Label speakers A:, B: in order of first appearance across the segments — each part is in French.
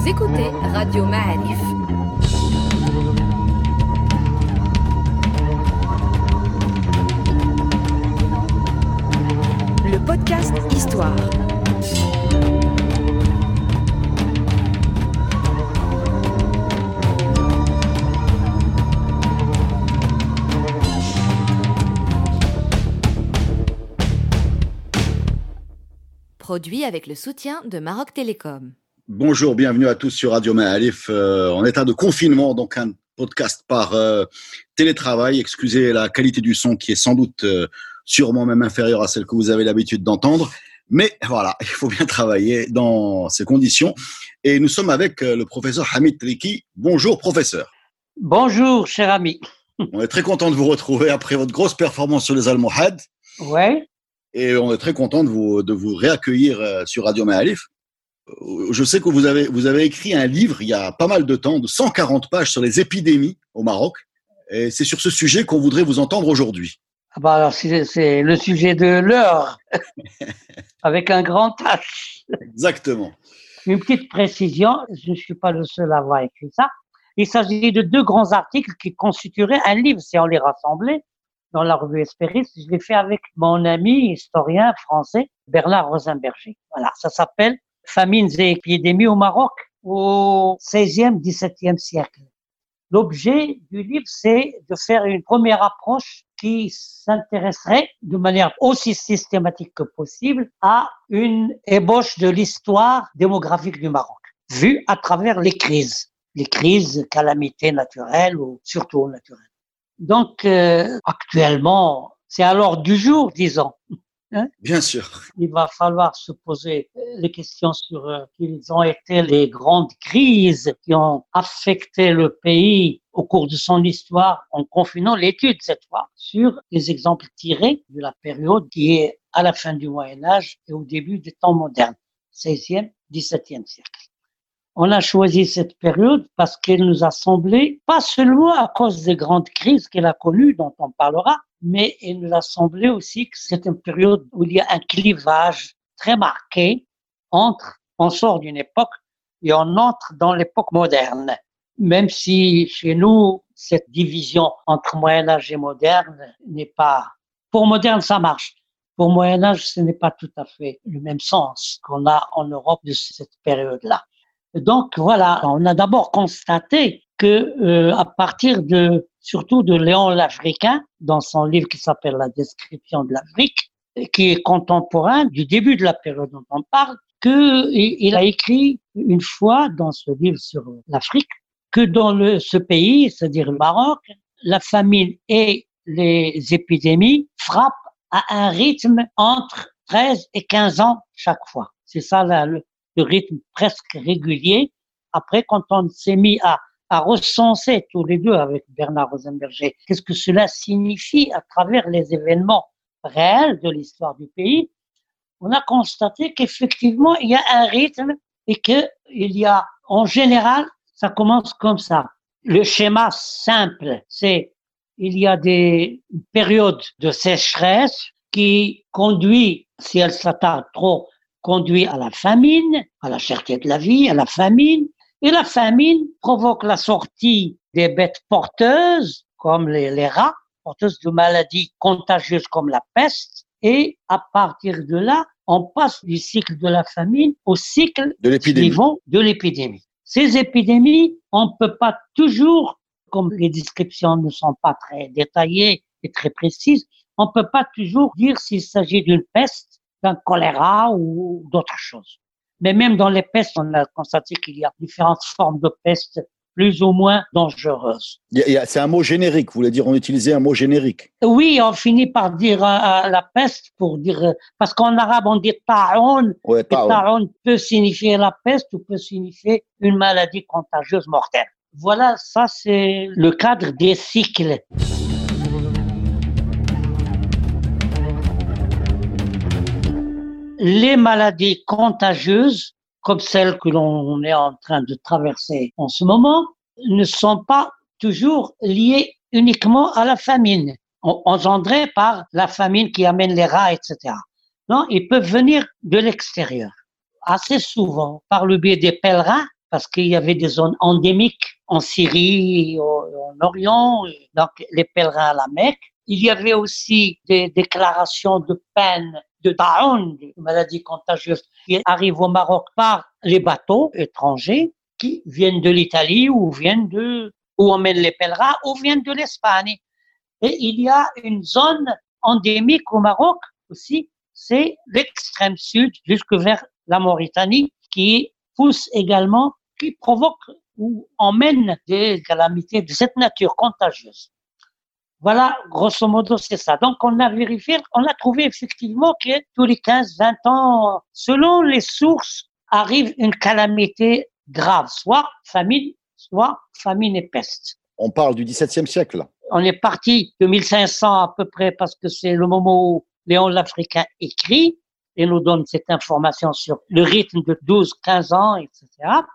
A: Vous écoutez Radio Ma'arif. Le podcast Histoire. Produit avec le soutien de Maroc Télécom.
B: Bonjour, bienvenue à tous sur Radio Ma'arif, en état de confinement, donc un podcast par télétravail. Excusez la qualité du son qui est sans doute sûrement même inférieure à celle que vous avez l'habitude d'entendre. Mais voilà, il faut bien travailler dans ces conditions. Et nous sommes avec le professeur Hamid Triki. Bonjour professeur.
C: Bonjour cher ami.
B: On est très content de vous retrouver après votre grosse performance sur les Almohades.
C: Ouais.
B: Et on est très content de vous réaccueillir sur Radio Ma'arif. Je sais que vous avez écrit un livre il y a pas mal de temps, de 140 pages sur les épidémies au Maroc. Et c'est sur ce sujet qu'on voudrait vous entendre aujourd'hui.
C: Ah bah alors c'est le sujet de l'heure, avec un grand H.
B: Exactement.
C: Une petite précision, je ne suis pas le seul à avoir écrit ça. Il s'agit de deux grands articles qui constitueraient un livre si on les rassemblait dans la revue Espéris. Je l'ai fait avec mon ami historien français Bernard Rosenberger. Voilà, ça s'appelle Famines et épidémies au Maroc au XVIe, XVIIe siècle. L'objet du livre, c'est de faire une première approche qui s'intéresserait de manière aussi systématique que possible à une ébauche de l'histoire démographique du Maroc, vue à travers les crises, calamités naturelles ou surtout naturelles. Donc, actuellement, c'est à l'ordre du jour, disons. Hein?
B: Bien sûr.
C: Il va falloir se poser les questions sur quelles ont été les grandes crises qui ont affecté le pays au cours de son histoire, en confinant l'étude cette fois sur des exemples tirés de la période qui est à la fin du Moyen-Âge et au début des temps modernes, 16e, 17e siècle. On a choisi cette période parce qu'elle nous a semblé, pas seulement à cause des grandes crises qu'elle a connues, dont on parlera, mais il nous a semblé aussi que c'est une période où il y a un clivage très marqué entre, on sort d'une époque et on entre dans l'époque moderne. Même si chez nous, cette division entre Moyen-Âge et moderne n'est pas, pour moderne ça marche. Pour Moyen-Âge, ce n'est pas tout à fait le même sens qu'on a en Europe de cette période-là. Donc voilà, on a d'abord constaté que à partir surtout de Léon l'Africain, dans son livre qui s'appelle La description de l'Afrique, qui est contemporain du début de la période dont on parle, il a écrit une fois dans ce livre sur l'Afrique que dans ce pays, c'est-à-dire le Maroc, la famine et les épidémies frappent à un rythme entre 13 et 15 ans chaque fois. C'est ça le rythme presque régulier. Après, quand on s'est mis à recenser tous les deux avec Bernard Rosenberger, qu'est-ce que cela signifie à travers les événements réels de l'histoire du pays, on a constaté qu'effectivement, il y a un rythme et qu'il y a, en général, ça commence comme ça. Le schéma simple, c'est il y a des périodes de sécheresse qui conduit, si elle s'attarde trop, conduit à la famine, à la cherté de la vie, à la famine. Et la famine provoque la sortie des bêtes porteuses, comme les rats, porteuses de maladies contagieuses comme la peste. Et à partir de là, on passe du cycle de la famine au cycle suivant de l'épidémie. Ces épidémies, on ne peut pas toujours, comme les descriptions ne sont pas très détaillées et très précises, on ne peut pas toujours dire s'il s'agit d'une peste, d'un choléra ou d'autres choses. Mais même dans les pestes, on a constaté qu'il y a différentes formes de peste plus ou moins dangereuses.
B: C'est un mot générique, vous voulez dire, on utilisait un mot générique.
C: Oui, on finit par dire la peste pour dire, parce qu'en arabe on dit ta'oun,
B: ouais,
C: et ta'oun peut signifier la peste ou peut signifier une maladie contagieuse mortelle. Voilà, ça c'est le cadre des cycles. Les maladies contagieuses, comme celles que l'on est en train de traverser en ce moment, ne sont pas toujours liées uniquement à la famine, engendrées par la famine qui amène les rats, etc. Non, ils peuvent venir de l'extérieur. Assez souvent, par le biais des pèlerins parce qu'il y avait des zones endémiques en Syrie, en Orient, donc les pèlerins à la Mecque. Il y avait aussi des déclarations de peine de Taoun, de maladies contagieuses, qui arrivent au Maroc par les bateaux étrangers qui viennent de l'Italie ou où emmènent les pèlerins ou viennent de l'Espagne. Et il y a une zone endémique au Maroc aussi, c'est l'extrême sud jusque vers la Mauritanie, qui pousse également, qui provoque ou emmène des calamités de cette nature contagieuse. Voilà, grosso modo, c'est ça. Donc, on a vérifié, on a trouvé effectivement que tous les 15-20 ans, selon les sources, arrive une calamité grave, soit famine et peste.
B: On parle du XVIIe siècle.
C: On est parti de 1500 à peu près parce que c'est le moment où Léon l'Africain écrit et nous donne cette information sur le rythme de 12-15 ans, etc.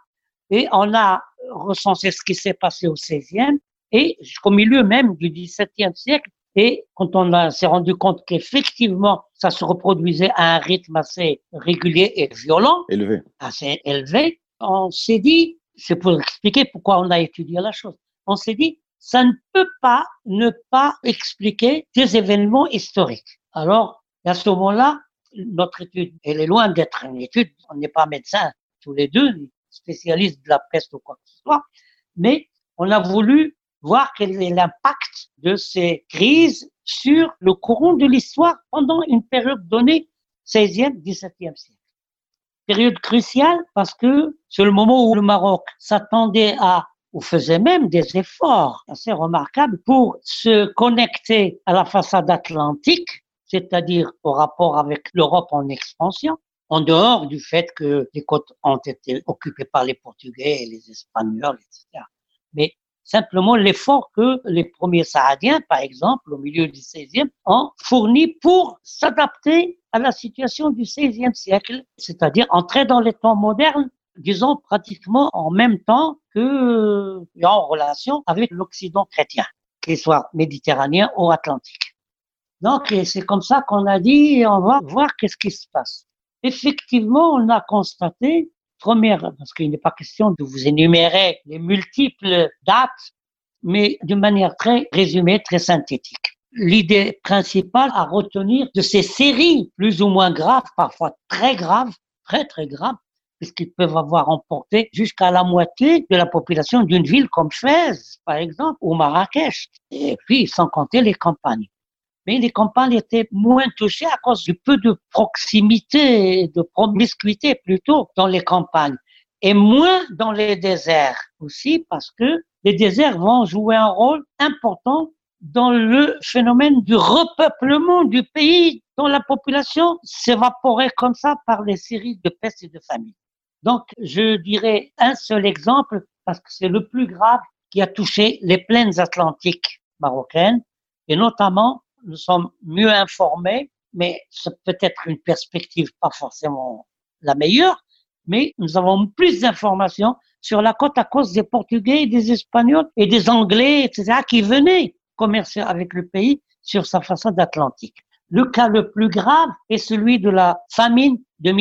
C: Et on a recensé ce qui s'est passé au XVIe et jusqu'au milieu même du XVIIe siècle. Et quand s'est rendu compte qu'effectivement, ça se reproduisait à un rythme assez régulier et violent, assez élevé, on s'est dit, c'est pour expliquer pourquoi on a étudié la chose, on s'est dit, ça ne peut pas ne pas expliquer des événements historiques. Alors, à ce moment-là, notre étude, elle est loin d'être une étude, on n'est pas médecins tous les deux, spécialistes de la peste ou quoi que ce soit, mais on a voulu voir quel est l'impact de ces crises sur le courant de l'histoire pendant une période donnée, 16e, 17e siècle. Période cruciale parce que c'est le moment où le Maroc s'attendait ou faisait même des efforts assez remarquables pour se connecter à la façade atlantique, c'est-à-dire au rapport avec l'Europe en expansion, en dehors du fait que les côtes ont été occupées par les Portugais et les Espagnols, etc. Mais simplement l'effort que les premiers Saadiens, par exemple, au milieu du XVIe, ont fourni pour s'adapter à la situation du XVIe siècle, c'est-à-dire entrer dans les temps modernes, disons pratiquement en même temps que en relation avec l'Occident chrétien, qu'il soit méditerranéen ou atlantique. Donc, c'est comme ça qu'on a dit, on va voir qu'est-ce qui se passe. Effectivement, on a constaté, parce qu'il n'est pas question de vous énumérer les multiples dates, mais de manière très résumée, très synthétique. L'idée principale à retenir de ces séries plus ou moins graves, parfois très graves, très très graves, puisqu'ils peuvent avoir emporté jusqu'à la moitié de la population d'une ville comme Fès, par exemple, ou Marrakech, et puis sans compter les campagnes. Mais les campagnes étaient moins touchées à cause du peu de proximité, de promiscuité plutôt dans les campagnes, et moins dans les déserts aussi, parce que les déserts vont jouer un rôle important dans le phénomène du repeuplement du pays dont la population s'évaporait comme ça par les séries de pestes et de famines. Donc, je dirais un seul exemple, parce que c'est le plus grave qui a touché les plaines atlantiques marocaines, et notamment, nous sommes mieux informés, mais c'est peut-être une perspective pas forcément la meilleure, mais nous avons plus d'informations sur la côte à cause des Portugais, des Espagnols et des Anglais, etc., qui venaient commercer avec le pays sur sa façade atlantique. Le cas le plus grave est celui de la famine de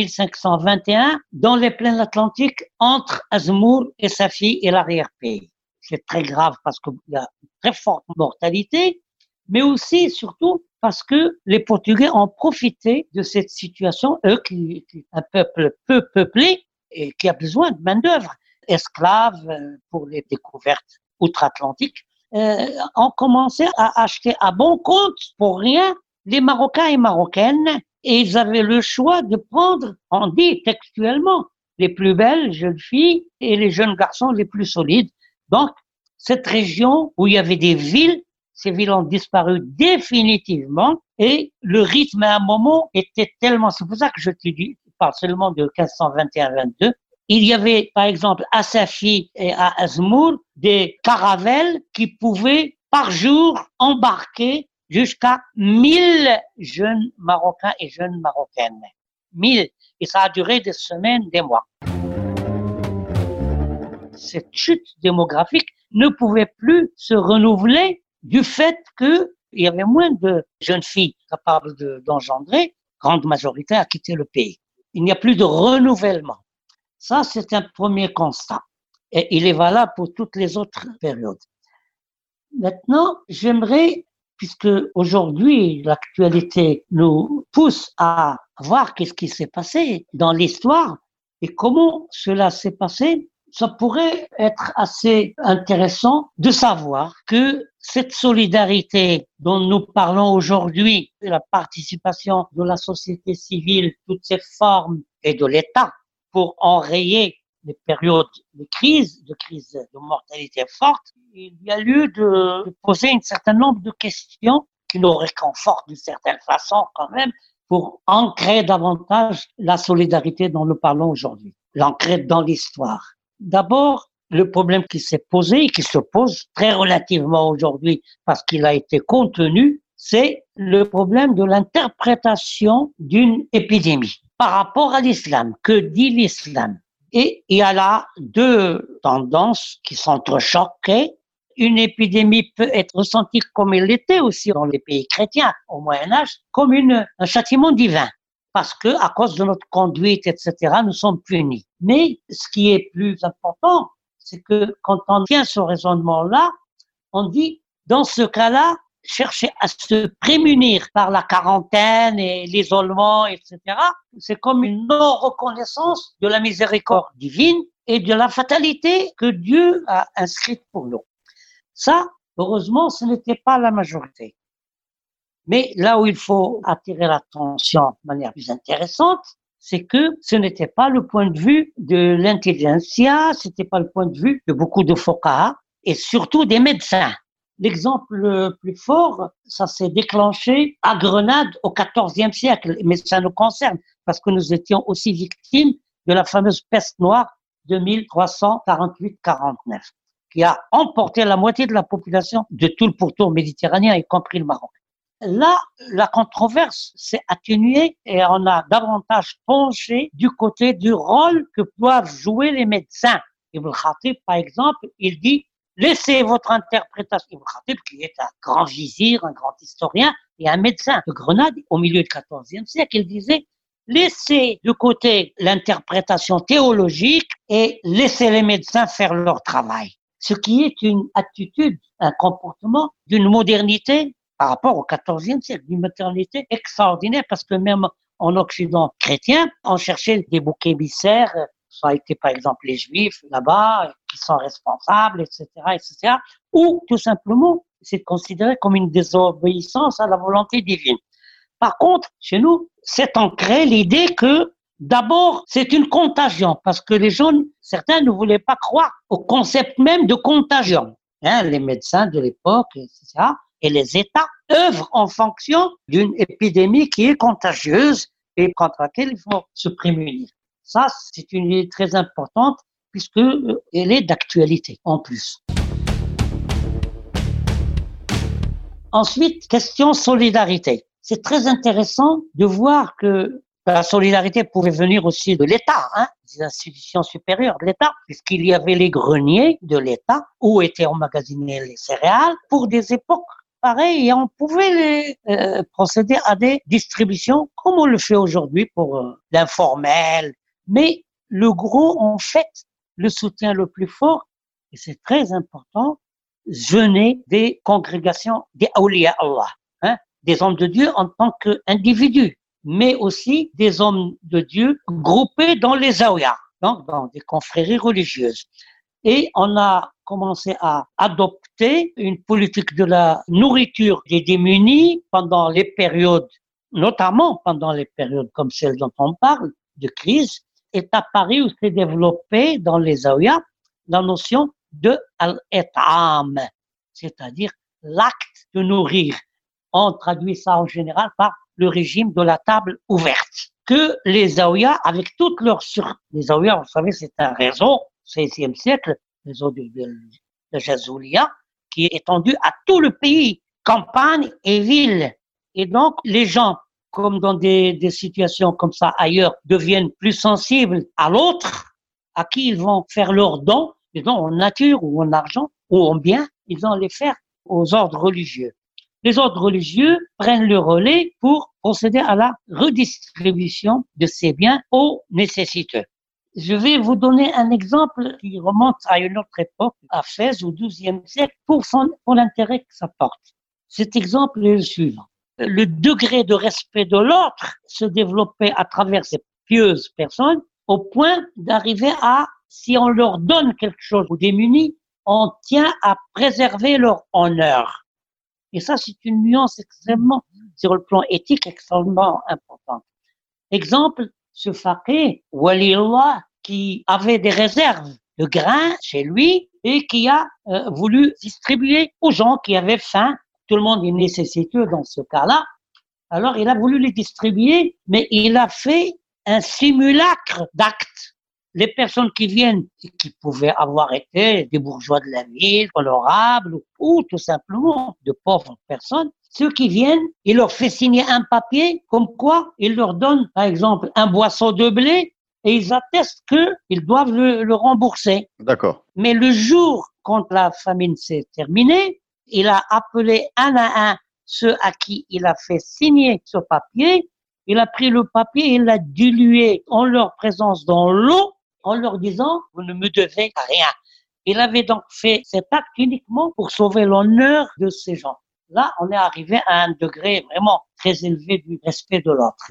C: 1521 dans les plaines atlantiques entre Azmour et Safi et l'arrière-pays. C'est très grave parce qu'il y a une très forte mortalité, mais aussi, surtout, parce que les Portugais ont profité de cette situation, eux qui un peuple peu peuplé et qui a besoin de main-d'œuvre, esclaves pour les découvertes outre-Atlantiques, ont commencé à acheter à bon compte, pour rien, les Marocains et Marocaines, et ils avaient le choix de prendre, on dit textuellement, les plus belles jeunes filles et les jeunes garçons les plus solides. Donc, cette région où il y avait des villes, ces villes ont disparu définitivement et le rythme à un moment était tellement, c'est pour ça que je te dis, je parle seulement de 1521-22, il y avait par exemple à Safi et à Azmour des caravelles qui pouvaient par jour embarquer jusqu'à 1000 jeunes Marocains et jeunes Marocaines. 1000. Et ça a duré des semaines, des mois. Cette chute démographique ne pouvait plus se renouveler du fait qu'il y avait moins de jeunes filles capables d'engendrer, grande majorité a quitté le pays. Il n'y a plus de renouvellement. Ça, c'est un premier constat. Et il est valable pour toutes les autres périodes. Maintenant, j'aimerais, puisque aujourd'hui, l'actualité nous pousse à voir qu'est-ce qui s'est passé dans l'histoire et comment cela s'est passé, ça pourrait être assez intéressant de savoir que cette solidarité dont nous parlons aujourd'hui, la participation de la société civile, toutes ces formes et de l'État pour enrayer les périodes de crise de mortalité forte, il y a lieu de poser un certain nombre de questions qui nous réconfortent d'une certaine façon quand même pour ancrer davantage la solidarité dont nous parlons aujourd'hui, l'ancrer dans l'histoire. D'abord, le problème qui s'est posé et qui se pose très relativement aujourd'hui parce qu'il a été contenu, c'est le problème de l'interprétation d'une épidémie par rapport à l'islam. Que dit l'islam? Et il y a là deux tendances qui s'entrechoquent. Une épidémie peut être ressentie comme elle l'était aussi dans les pays chrétiens au Moyen-Âge, comme un châtiment divin. Parce que, à cause de notre conduite, etc., nous sommes punis. Mais ce qui est plus important, c'est que quand on tient ce raisonnement-là, on dit, dans ce cas-là, chercher à se prémunir par la quarantaine et l'isolement, etc., c'est comme une non-reconnaissance de la miséricorde divine et de la fatalité que Dieu a inscrite pour nous. Ça, heureusement, ce n'était pas la majorité. Mais là où il faut attirer l'attention de manière plus intéressante, c'est que ce n'était pas le point de vue de l'intelligentsia, c'était pas le point de vue de beaucoup de fuqaha et surtout des médecins. L'exemple le plus fort, ça s'est déclenché à Grenade au XIVe siècle, mais ça nous concerne parce que nous étions aussi victimes de la fameuse peste noire de 1348-49, qui a emporté la moitié de la population de tout le pourtour méditerranéen, y compris le Maroc. Là, la controverse s'est atténuée et on a davantage penché du côté du rôle que doivent jouer les médecins. Ibn Khatib, par exemple, il dit « Laissez votre interprétation ». Ibn Khatib, qui est un grand vizir, un grand historien et un médecin de Grenade au milieu du XIVe siècle, il disait « Laissez de côté l'interprétation théologique et laissez les médecins faire leur travail ». Ce qui est une attitude, un comportement d'une modernité par rapport au XIVe siècle, d'une modernité extraordinaire, parce que même en Occident chrétien, on cherchait des boucs émissaires, ça a été par exemple les Juifs là-bas, qui sont responsables, etc., etc., ou tout simplement, c'est considéré comme une désobéissance à la volonté divine. Par contre, chez nous, c'est ancré l'idée que d'abord, c'est une contagion, parce que les gens, certains ne voulaient pas croire au concept même de contagion. Les médecins de l'époque, etc., et les États œuvrent en fonction d'une épidémie qui est contagieuse et contre laquelle il faut se prémunir. Ça, c'est une idée très importante puisqu'elle est d'actualité en plus. Ensuite, question solidarité. C'est très intéressant de voir que la solidarité pouvait venir aussi de l'État, des institutions supérieures de l'État, puisqu'il y avait les greniers de l'État où étaient emmagasinés les céréales pour des époques pareilles et on pouvait procéder à des distributions comme on le fait aujourd'hui pour l'informel. Mais le gros, en fait, le soutien le plus fort, et c'est très important, venait des congrégations des awliya Allah, des hommes de Dieu en tant qu'individus, mais aussi des hommes de Dieu groupés dans les zawiyas, donc dans des confréries religieuses. Et on a commencé à adopter une politique de la nourriture des démunis pendant les périodes, notamment pendant les périodes comme celle dont on parle, de crise, est apparue ou s'est développée dans les zawiyas la notion de al-it'am, c'est-à-dire l'acte de nourrir. On traduit ça en général par le régime de la table ouverte, que les zawiyas, avec toutes leurs les zawiyas, vous savez, c'est un réseau, 16e siècle, réseau de Jazoulia, qui est étendu à tout le pays, campagne et ville. Et donc, les gens, comme dans des situations comme ça ailleurs, deviennent plus sensibles à l'autre, à qui ils vont faire leurs dons, des dons en nature ou en argent ou en biens, ils vont les faire aux ordres religieux. Les ordres religieux prennent le relais pour procéder à la redistribution de ces biens aux nécessiteux. Je vais vous donner un exemple qui remonte à une autre époque, à Fès au XIIe siècle, pour l'intérêt que ça porte. Cet exemple est le suivant. Le degré de respect de l'autre se développait à travers ces pieuses personnes au point d'arriver à, si on leur donne quelque chose aux démunis, on tient à préserver leur honneur. Et ça, c'est une nuance extrêmement, sur le plan éthique, extrêmement importante. Exemple, ce faqih, Waliullah, qui avait des réserves de grains chez lui et qui a voulu distribuer aux gens qui avaient faim. Tout le monde est nécessiteux dans ce cas-là. Alors, il a voulu les distribuer, mais il a fait un simulacre d'acte. Les personnes qui viennent, qui pouvaient avoir été des bourgeois de la ville, honorables, ou tout simplement de pauvres personnes, ceux qui viennent, il leur fait signer un papier comme quoi il leur donne, par exemple, un boisseau de blé et ils attestent qu'ils doivent le rembourser.
B: D'accord.
C: Mais le jour, quand la famine s'est terminée, il a appelé un à un ceux à qui il a fait signer ce papier. Il a pris le papier et il l'a dilué en leur présence dans l'eau en leur disant « vous ne me devez rien ». Il avait donc fait cet acte uniquement pour sauver l'honneur de ces gens. Là, on est arrivé à un degré vraiment très élevé du respect de l'autre.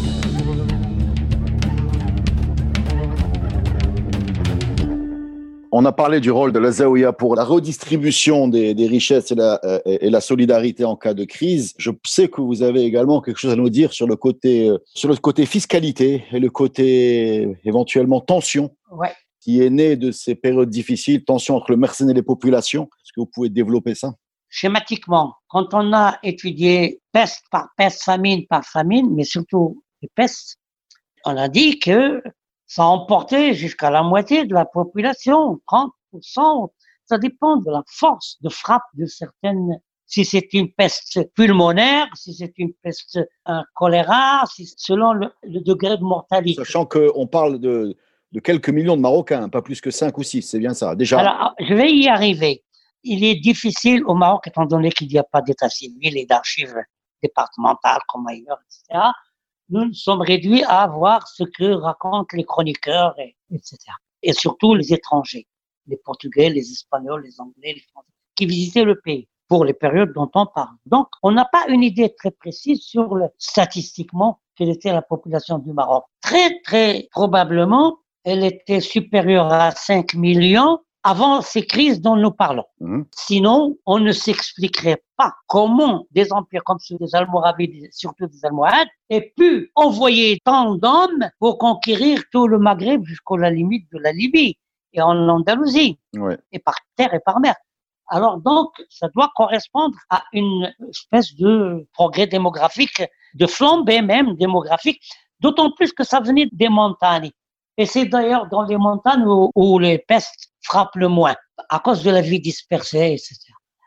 B: On a parlé du rôle de la Zaouïa pour la redistribution des richesses et la solidarité en cas de crise. Je sais que vous avez également quelque chose à nous dire sur le côté fiscalité et le côté éventuellement tension qui est né de ces périodes difficiles, tension entre le mercenaire et les populations. Est-ce que vous pouvez développer ça?
C: Schématiquement, quand on a étudié peste par peste, famine par famine, mais surtout les pestes, on a dit que ça emportait jusqu'à la moitié de la population, 30%. Ça dépend de la force de frappe de certaines. Si c'est une peste pulmonaire, si c'est une peste, un choléra, selon le degré de mortalité.
B: Sachant qu'on parle de quelques millions de Marocains, pas plus que 5 ou 6, c'est bien ça, déjà.
C: Alors, je vais y arriver. Il est difficile au Maroc, étant donné qu'il n'y a pas d'état civil et d'archives départementales comme ailleurs, etc. Nous sommes réduits à voir ce que racontent les chroniqueurs, etc. Et surtout les étrangers, les Portugais, les Espagnols, les Anglais, les Français, qui visitaient le pays pour les périodes dont on parle. Donc, on n'a pas une idée très précise sur statistiquement quelle était la population du Maroc. Très, très probablement, elle était supérieure à 5 millions avant ces crises dont nous parlons. Sinon, on ne s'expliquerait pas comment des empires comme ceux des Almoravides, surtout des Almohades, aient pu envoyer tant d'hommes pour conquérir tout le Maghreb jusqu'à la limite de la Libye et en Andalousie, et par terre et par mer. Alors donc, ça doit correspondre à une espèce de progrès démographique, de flambée même démographique, d'autant plus que ça venait des montagnes. Et c'est d'ailleurs dans les montagnes où les pestes frappent le moins, à cause de la vie dispersée, etc.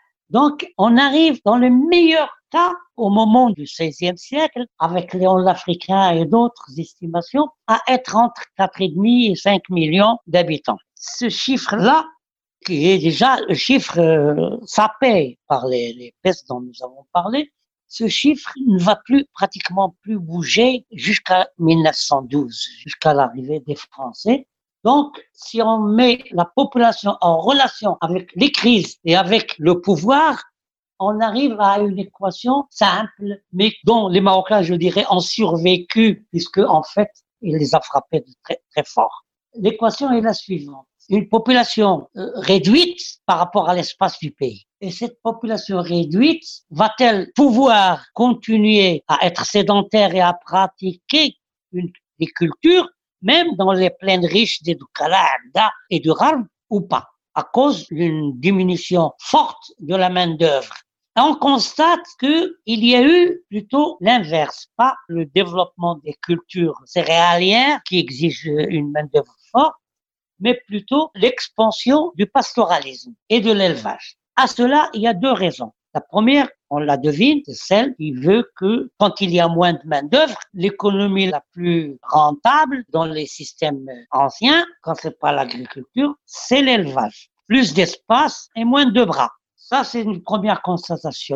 C: Donc, on arrive dans le meilleur cas, au moment du XVIe siècle, avec Léon l'Africain et d'autres estimations, à être entre 4,5 et 5 millions d'habitants. Ce chiffre-là, qui est déjà le chiffre sapé par les pestes dont nous avons parlé, ce chiffre ne va pratiquement plus bouger jusqu'à 1912, jusqu'à l'arrivée des Français. Donc, si on met la population en relation avec les crises et avec le pouvoir, on arrive à une équation simple, mais dont les Marocains, je dirais, ont survécu, puisque en fait, il les a frappés de très, très fort. L'équation est la suivante. Une population réduite par rapport à l'espace du pays. Et cette population réduite va-t-elle pouvoir continuer à être sédentaire et à pratiquer des cultures, même dans les plaines riches des Doukala et du Rarb, ou pas, à cause d'une diminution forte de la main-d'œuvre? On constate qu'il y a eu plutôt l'inverse, pas le développement des cultures céréalières qui exigent une main-d'œuvre forte, mais plutôt l'expansion du pastoralisme et de l'élevage. À cela, il y a deux raisons. La première, on la devine, c'est celle qui veut que, quand il y a moins de main-d'œuvre, l'économie la plus rentable dans les systèmes anciens, quand c'est pas l'agriculture, c'est l'élevage. Plus d'espace et moins de bras. Ça, c'est une première constatation.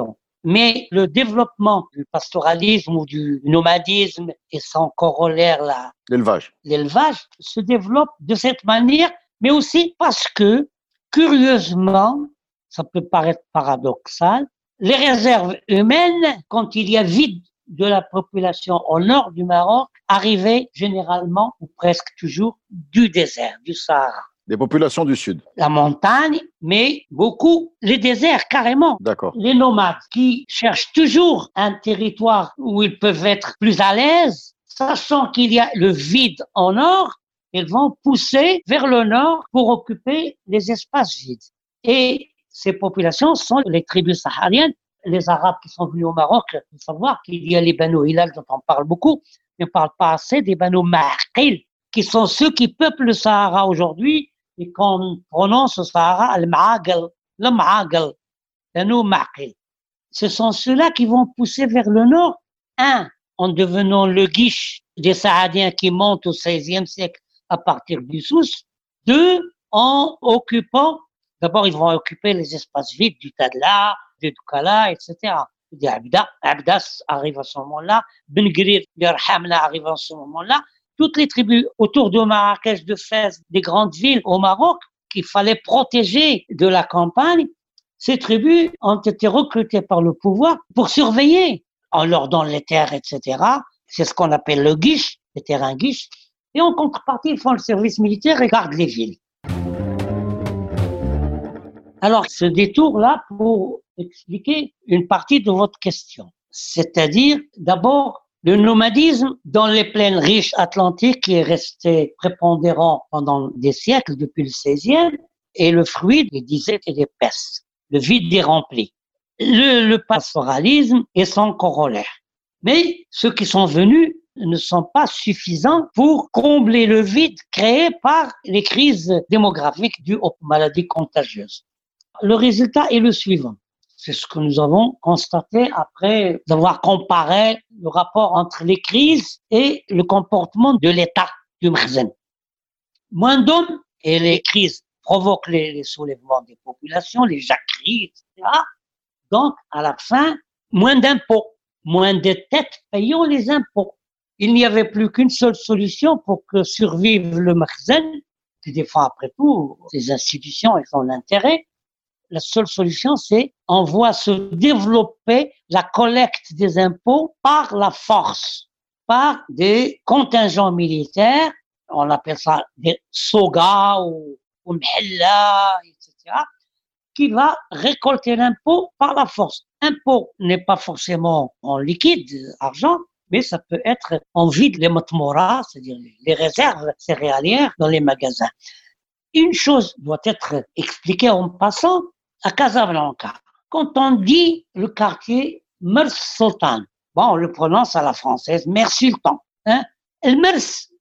C: Mais le développement du pastoralisme ou du nomadisme et son corollaire, l'élevage, se développe de cette manière, mais aussi parce que, curieusement, ça peut paraître paradoxal, les réserves humaines, quand il y a vide de la population au nord du Maroc, arrivaient généralement ou presque toujours du désert, du Sahara.
B: Des populations du sud.
C: La montagne, mais beaucoup les déserts carrément.
B: D'accord.
C: Les nomades qui cherchent toujours un territoire où ils peuvent être plus à l'aise, sachant qu'il y a le vide au nord, ils vont pousser vers le nord pour occuper les espaces vides. Et ces populations sont les tribus sahariennes. Les Arabes qui sont venus au Maroc, il faut savoir qu'il y a les Banu Hilal dont on parle beaucoup, mais on ne parle pas assez des Banu Ma'aqil, qui sont ceux qui peuplent le Sahara aujourd'hui et qu'on prononce au Sahara le Ma'aqil, Banu Ma'aqil. Ce sont ceux-là qui vont pousser vers le nord, en devenant le guiche des Saadiens qui montent au XVIe siècle à partir du Souss, en occupant, d'abord ils vont occuper les espaces vides du Tadla, du Doukala, etc. Des Abdas arrive à ce moment-là, Ben Grir, Hamna arrive à ce moment-là. Toutes les tribus autour de Marrakech, de Fès, des grandes villes au Maroc, qu'il fallait protéger de la campagne, ces tribus ont été recrutées par le pouvoir pour surveiller, en leur donnant les terres, etc. C'est ce qu'on appelle le guiche, les terrains guiches. Et en contrepartie, ils font le service militaire et gardent les villes. Alors, ce détour-là pour expliquer une partie de votre question. C'est-à-dire, d'abord, le nomadisme dans les plaines riches atlantiques qui est resté prépondérant pendant des siècles depuis le XVIe est le fruit des disettes et des pestes. Le vide est rempli. Le pastoralisme est son corollaire. Mais ceux qui sont venus ne sont pas suffisants pour combler le vide créé par les crises démographiques dues aux maladies contagieuses. Le résultat est le suivant. C'est ce que nous avons constaté après avoir comparé le rapport entre les crises et le comportement de l'État du Makhzen. Moins d'hommes et les crises provoquent les soulèvements des populations, les jacqueries, etc. Donc, à la fin, moins d'impôts, moins de têtes payant les impôts. Il n'y avait plus qu'une seule solution pour que survive le Makhzen, qui défend après tout ses institutions et son intérêt. La seule solution, c'est on voit se développer la collecte des impôts par la force, par des contingents militaires, on appelle ça des sogas ou mhella, etc., qui va récolter l'impôt par la force. Impôt n'est pas forcément en liquide, argent, mais ça peut être en vide, les matmora, c'est-à-dire les réserves céréalières dans les magasins. Une chose doit être expliquée en passant. À Casablanca, quand on dit le quartier Mers Sultan, bon, on le prononce à la française, Mers Sultan. Le Mers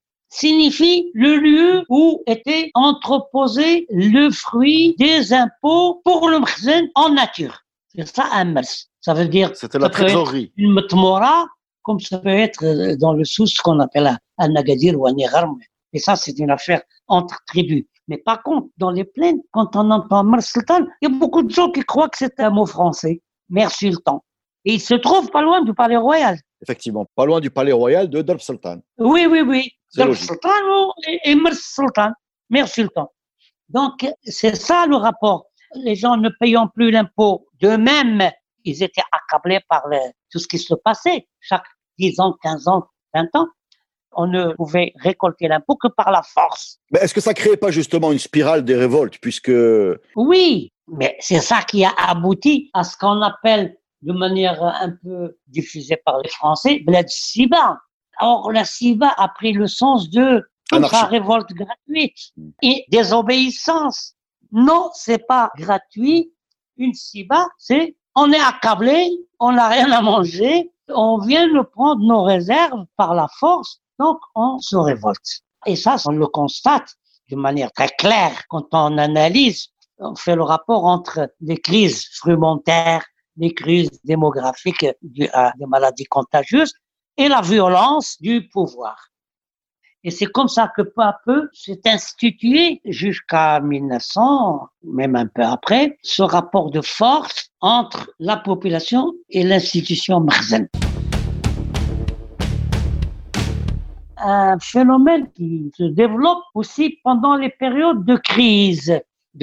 C: signifie le lieu où était entreposé le fruit des impôts pour le Makhzen en nature. C'est ça un Mers. Ça veut dire.
B: C'était la trésorerie.
C: Une metmora, comme ça peut être dans le sous ce qu'on appelle un Nagadir ou un Nigharm. Et ça, c'est une affaire entre tribus. Mais par contre, dans les plaines, quand on entend Mers Sultan, il y a beaucoup de gens qui croient que c'est un mot français, Mers Sultan. Et il se trouve pas loin du Palais Royal.
B: Effectivement, pas loin du Palais Royal de Darb Sultan.
C: Oui. Darb Sultan et Mers Sultan, Mers Sultan. Donc, c'est ça le rapport. Les gens ne payant plus l'impôt d'eux-mêmes, ils étaient accablés par tout ce qui se passait. Chaque 10 ans, 15 ans, 20 ans. On ne pouvait récolter l'impôt que par la force.
B: Mais est-ce que ça créait pas justement une spirale des révoltes, puisque...
C: Oui, mais c'est ça qui a abouti à ce qu'on appelle, de manière un peu diffusée par les Français, Bled Siba. Or, la Siba a pris le sens de la révolte gratuite et désobéissance. Non, c'est pas gratuit. Une Siba, c'est on est accablé, on n'a rien à manger, on vient de prendre nos réserves par la force. Donc, on se révolte. Et ça, on le constate de manière très claire quand on analyse, on fait le rapport entre les crises frumentaires, les crises démographiques des maladies contagieuses et la violence du pouvoir. Et c'est comme ça que peu à peu s'est institué jusqu'à 1900, même un peu après, ce rapport de force entre la population et l'institution Makhzen. Un phénomène qui se développe aussi pendant les périodes de crise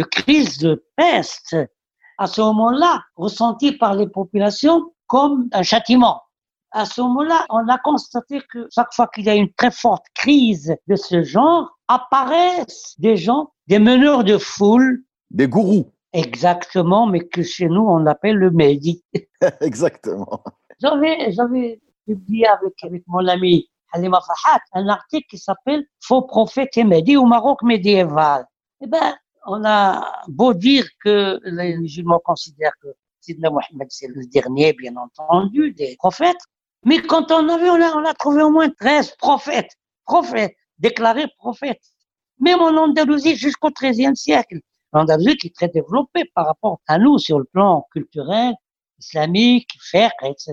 C: de peste, à ce moment-là, ressenti par les populations comme un châtiment. À ce moment-là, on a constaté que chaque fois qu'il y a une très forte crise de ce genre, apparaissent des gens, des meneurs de foule.
B: Des gourous.
C: Exactement, mais que chez nous, on appelle le Mehdi.
B: Exactement.
C: J'avais publié avec mon ami Halima Fahat un article qui s'appelle « Faux prophètes et Mehdi au Maroc médiéval ». Eh ben, on a beau dire que les musulmans considèrent que Sidna Mohammed, c'est le dernier, bien entendu, des prophètes. Mais quand on a trouvé au moins 13 prophètes, déclarés prophètes. Même en Andalousie jusqu'au XIIIe siècle. L'Andalousie qui est très développée par rapport à nous sur le plan culturel, islamique, fiqh, etc.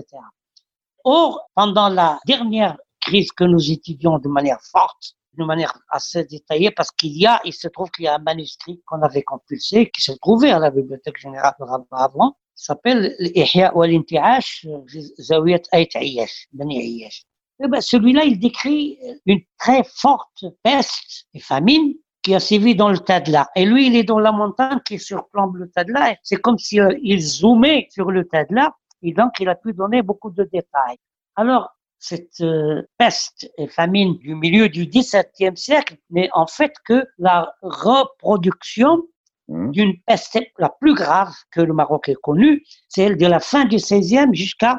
C: Or, pendant la dernière crise que nous étudions de manière forte, de manière assez détaillée, parce il se trouve qu'il y a un manuscrit qu'on avait compulsé, qui se trouvait à la Bibliothèque générale de Rabat avant, qui s'appelle l'Ihya wal-Inti'ash, Zawiyat Ayt Ayyash, Bani Ayyash. Et ben, celui-là, il décrit une très forte peste et famine qui a sévi dans le Tadla. Et lui, il est dans la montagne qui surplombe le Tadla. C'est comme s'il zoomait sur le Tadla, et donc il a pu donner beaucoup de détails. Alors, cette peste et famine du milieu du XVIIe siècle n'est en fait que la reproduction d'une peste la plus grave que le Maroc ait connue, celle de la fin du XVIe jusqu'à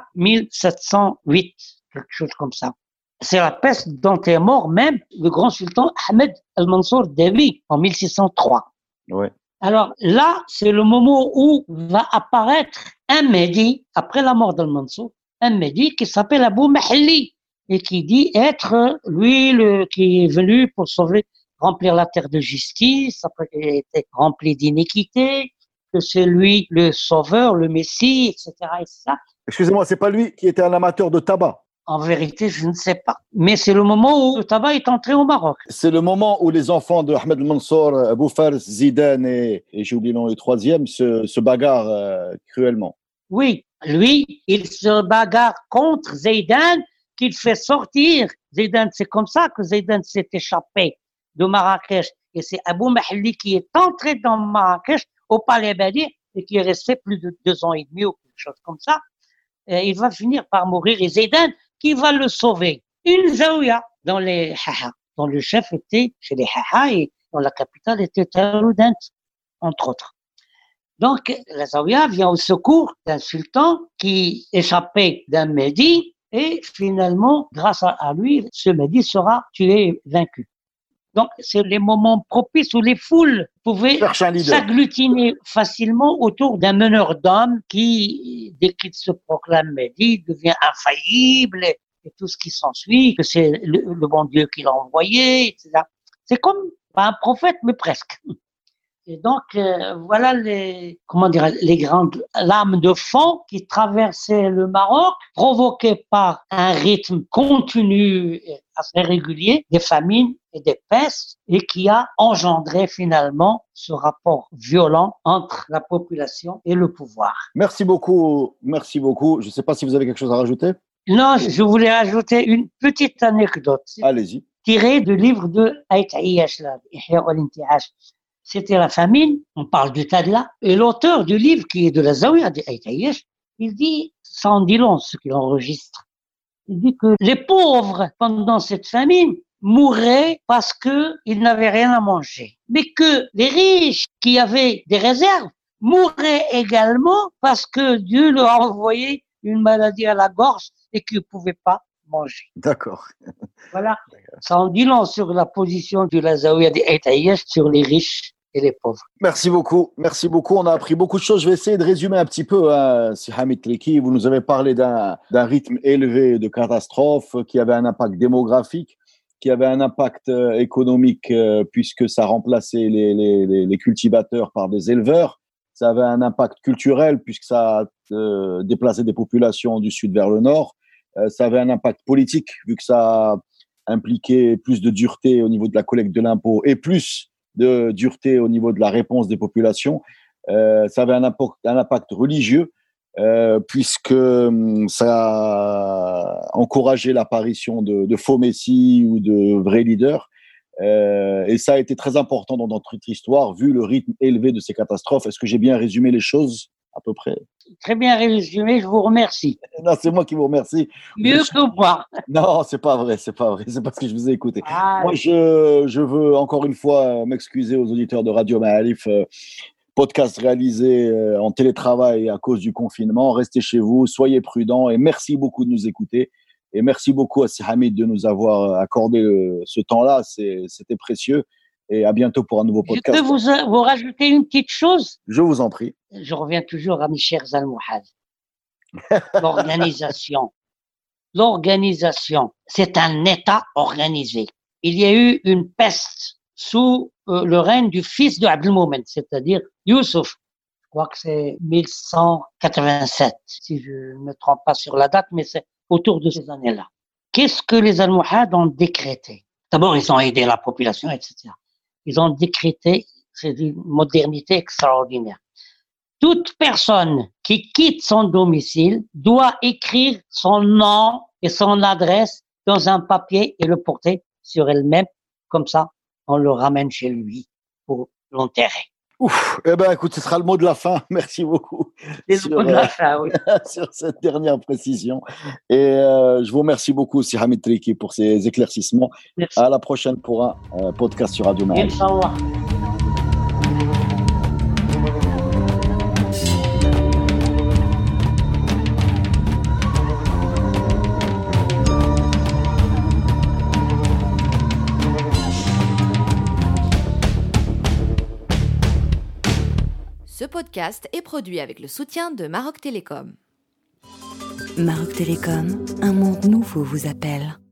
C: 1708, quelque chose comme ça. C'est la peste dont est mort même le grand sultan Ahmed al-Mansour Devi en 1603.
B: Ouais.
C: Alors là, c'est le moment où va apparaître un Mehdi, après la mort d'al-Mansour, un Mehdi qui s'appelle Abou Mahalli et qui dit être lui qui est venu pour remplir la terre de justice, après qu'il a été rempli d'iniquité, que c'est lui le sauveur, le Messie, etc., etc.
B: Excusez-moi, c'est pas lui qui était un amateur de tabac?
C: En vérité, je ne sais pas. Mais c'est le moment où le tabac est entré au Maroc.
B: C'est le moment où les enfants de Ahmed Mansour, Abou Fars, Zidane et j'ai oublié le nom, le troisième, se bagarrent cruellement.
C: Oui, lui, il se bagarre contre Zidane, qu'il fait sortir. Zidane, c'est comme ça que Zidane s'est échappé de Marrakech. Et c'est Abou Mahalli qui est entré dans Marrakech au Palais Badi et qui est resté plus de 2 ans et demi ou quelque chose comme ça. Et il va finir par mourir et Zidane qui va le sauver. Une zaouia dans les Haha, dont le chef était chez les Haha et dont la capitale était Taroudant, entre autres. Donc, la zaouia vient au secours d'un sultan qui échappait d'un Mehdi et finalement, grâce à lui, ce Mehdi sera tué, vaincu. Donc, c'est les moments propices où les foules pouvaient s'agglutiner facilement autour d'un meneur d'hommes qui, dès qu'il se proclame Mehdi, devient infaillible et tout ce qui s'ensuit, que c'est le bon Dieu qui l'a envoyé, etc. C'est comme, pas un prophète, mais presque. Et donc, voilà les grandes lames de fond qui traversaient le Maroc, provoquées par un rythme continu et assez régulier des famines et des pestes, et qui a engendré finalement ce rapport violent entre la population et le pouvoir.
B: Merci beaucoup, merci beaucoup. Je ne sais pas si vous avez quelque chose à rajouter.
C: Non, je voulais rajouter une petite anecdote.
B: Allez-y.
C: Tirée du livre de Ayt Ayyash, Ihya wal-Inti'ash. C'était la famine, on parle du Tadla, et l'auteur du livre, qui est de la Zawiya de Ayt Ayyash, il dit, ça en dit long ce qu'il enregistre, il dit que les pauvres, pendant cette famine, mouraient parce qu'ils n'avaient rien à manger. Mais que les riches, qui avaient des réserves, mouraient également parce que Dieu leur a envoyé une maladie à la gorge et qu'ils ne pouvaient pas manger.
B: D'accord.
C: Voilà, ça en dit long sur la position de la Zawiya de Ayt Ayyash sur les riches et les pauvres.
B: Merci beaucoup. Merci beaucoup. On a appris beaucoup de choses. Je vais essayer de résumer un petit peu. Si Hamid Tleki, vous nous avez parlé d'un rythme élevé de catastrophes qui avait un impact démographique, qui avait un impact économique puisque ça remplaçait les cultivateurs par des éleveurs. Ça avait un impact culturel puisque ça déplaçait des populations du sud vers le nord. Ça avait un impact politique vu que ça impliquait plus de dureté au niveau de la collecte de l'impôt et plus de dureté au niveau de la réponse des populations. Ça avait un impact religieux, puisque ça a encouragé l'apparition de faux messies ou de vrais leaders. Et ça a été très important dans notre histoire, vu le rythme élevé de ces catastrophes. Est-ce que j'ai bien résumé les choses, à peu près?
C: Très bien résumé, je vous remercie.
B: Non, c'est moi qui vous remercie.
C: Mieux que moi.
B: Non, c'est pas vrai, c'est parce que je vous ai écouté. Moi, je veux encore une fois m'excuser aux auditeurs de Radio Ma'alif, podcast réalisé en télétravail à cause du confinement. Restez chez vous, soyez prudents et merci beaucoup de nous écouter. Et merci beaucoup à Hamid de nous avoir accordé ce temps-là, c'était précieux. Et à bientôt pour un nouveau podcast.
C: Je peux vous rajouter une petite chose?
B: Je vous en prie.
C: Je reviens toujours à mes chers Almohad. L'organisation, c'est un État organisé. Il y a eu une peste sous le règne du fils de Abdelmoumen, c'est-à-dire Youssouf. Je crois que c'est 1187, si je ne me trompe pas sur la date, mais c'est autour de ces années-là. Qu'est-ce que les Almohades ont décrété? D'abord, ils ont aidé la population, etc. Ils ont décrété, c'est une modernité extraordinaire. Toute personne qui quitte son domicile doit écrire son nom et son adresse dans un papier et le porter sur elle-même. Comme ça, on le ramène chez lui pour l'enterrer.
B: Ouf, eh ben, écoute, ce sera le mot de la fin. Merci beaucoup.
C: C'est le mot de la fin, oui.
B: Sur cette dernière précision. Et je vous remercie beaucoup, aussi Hamid Triki, pour ces éclaircissements. Merci. À la prochaine pour un podcast sur Radio Ma'alif.
C: Inch'Allah.
A: Ce podcast est produit avec le soutien de Maroc Télécom.
D: Maroc Télécom, un monde nouveau vous appelle.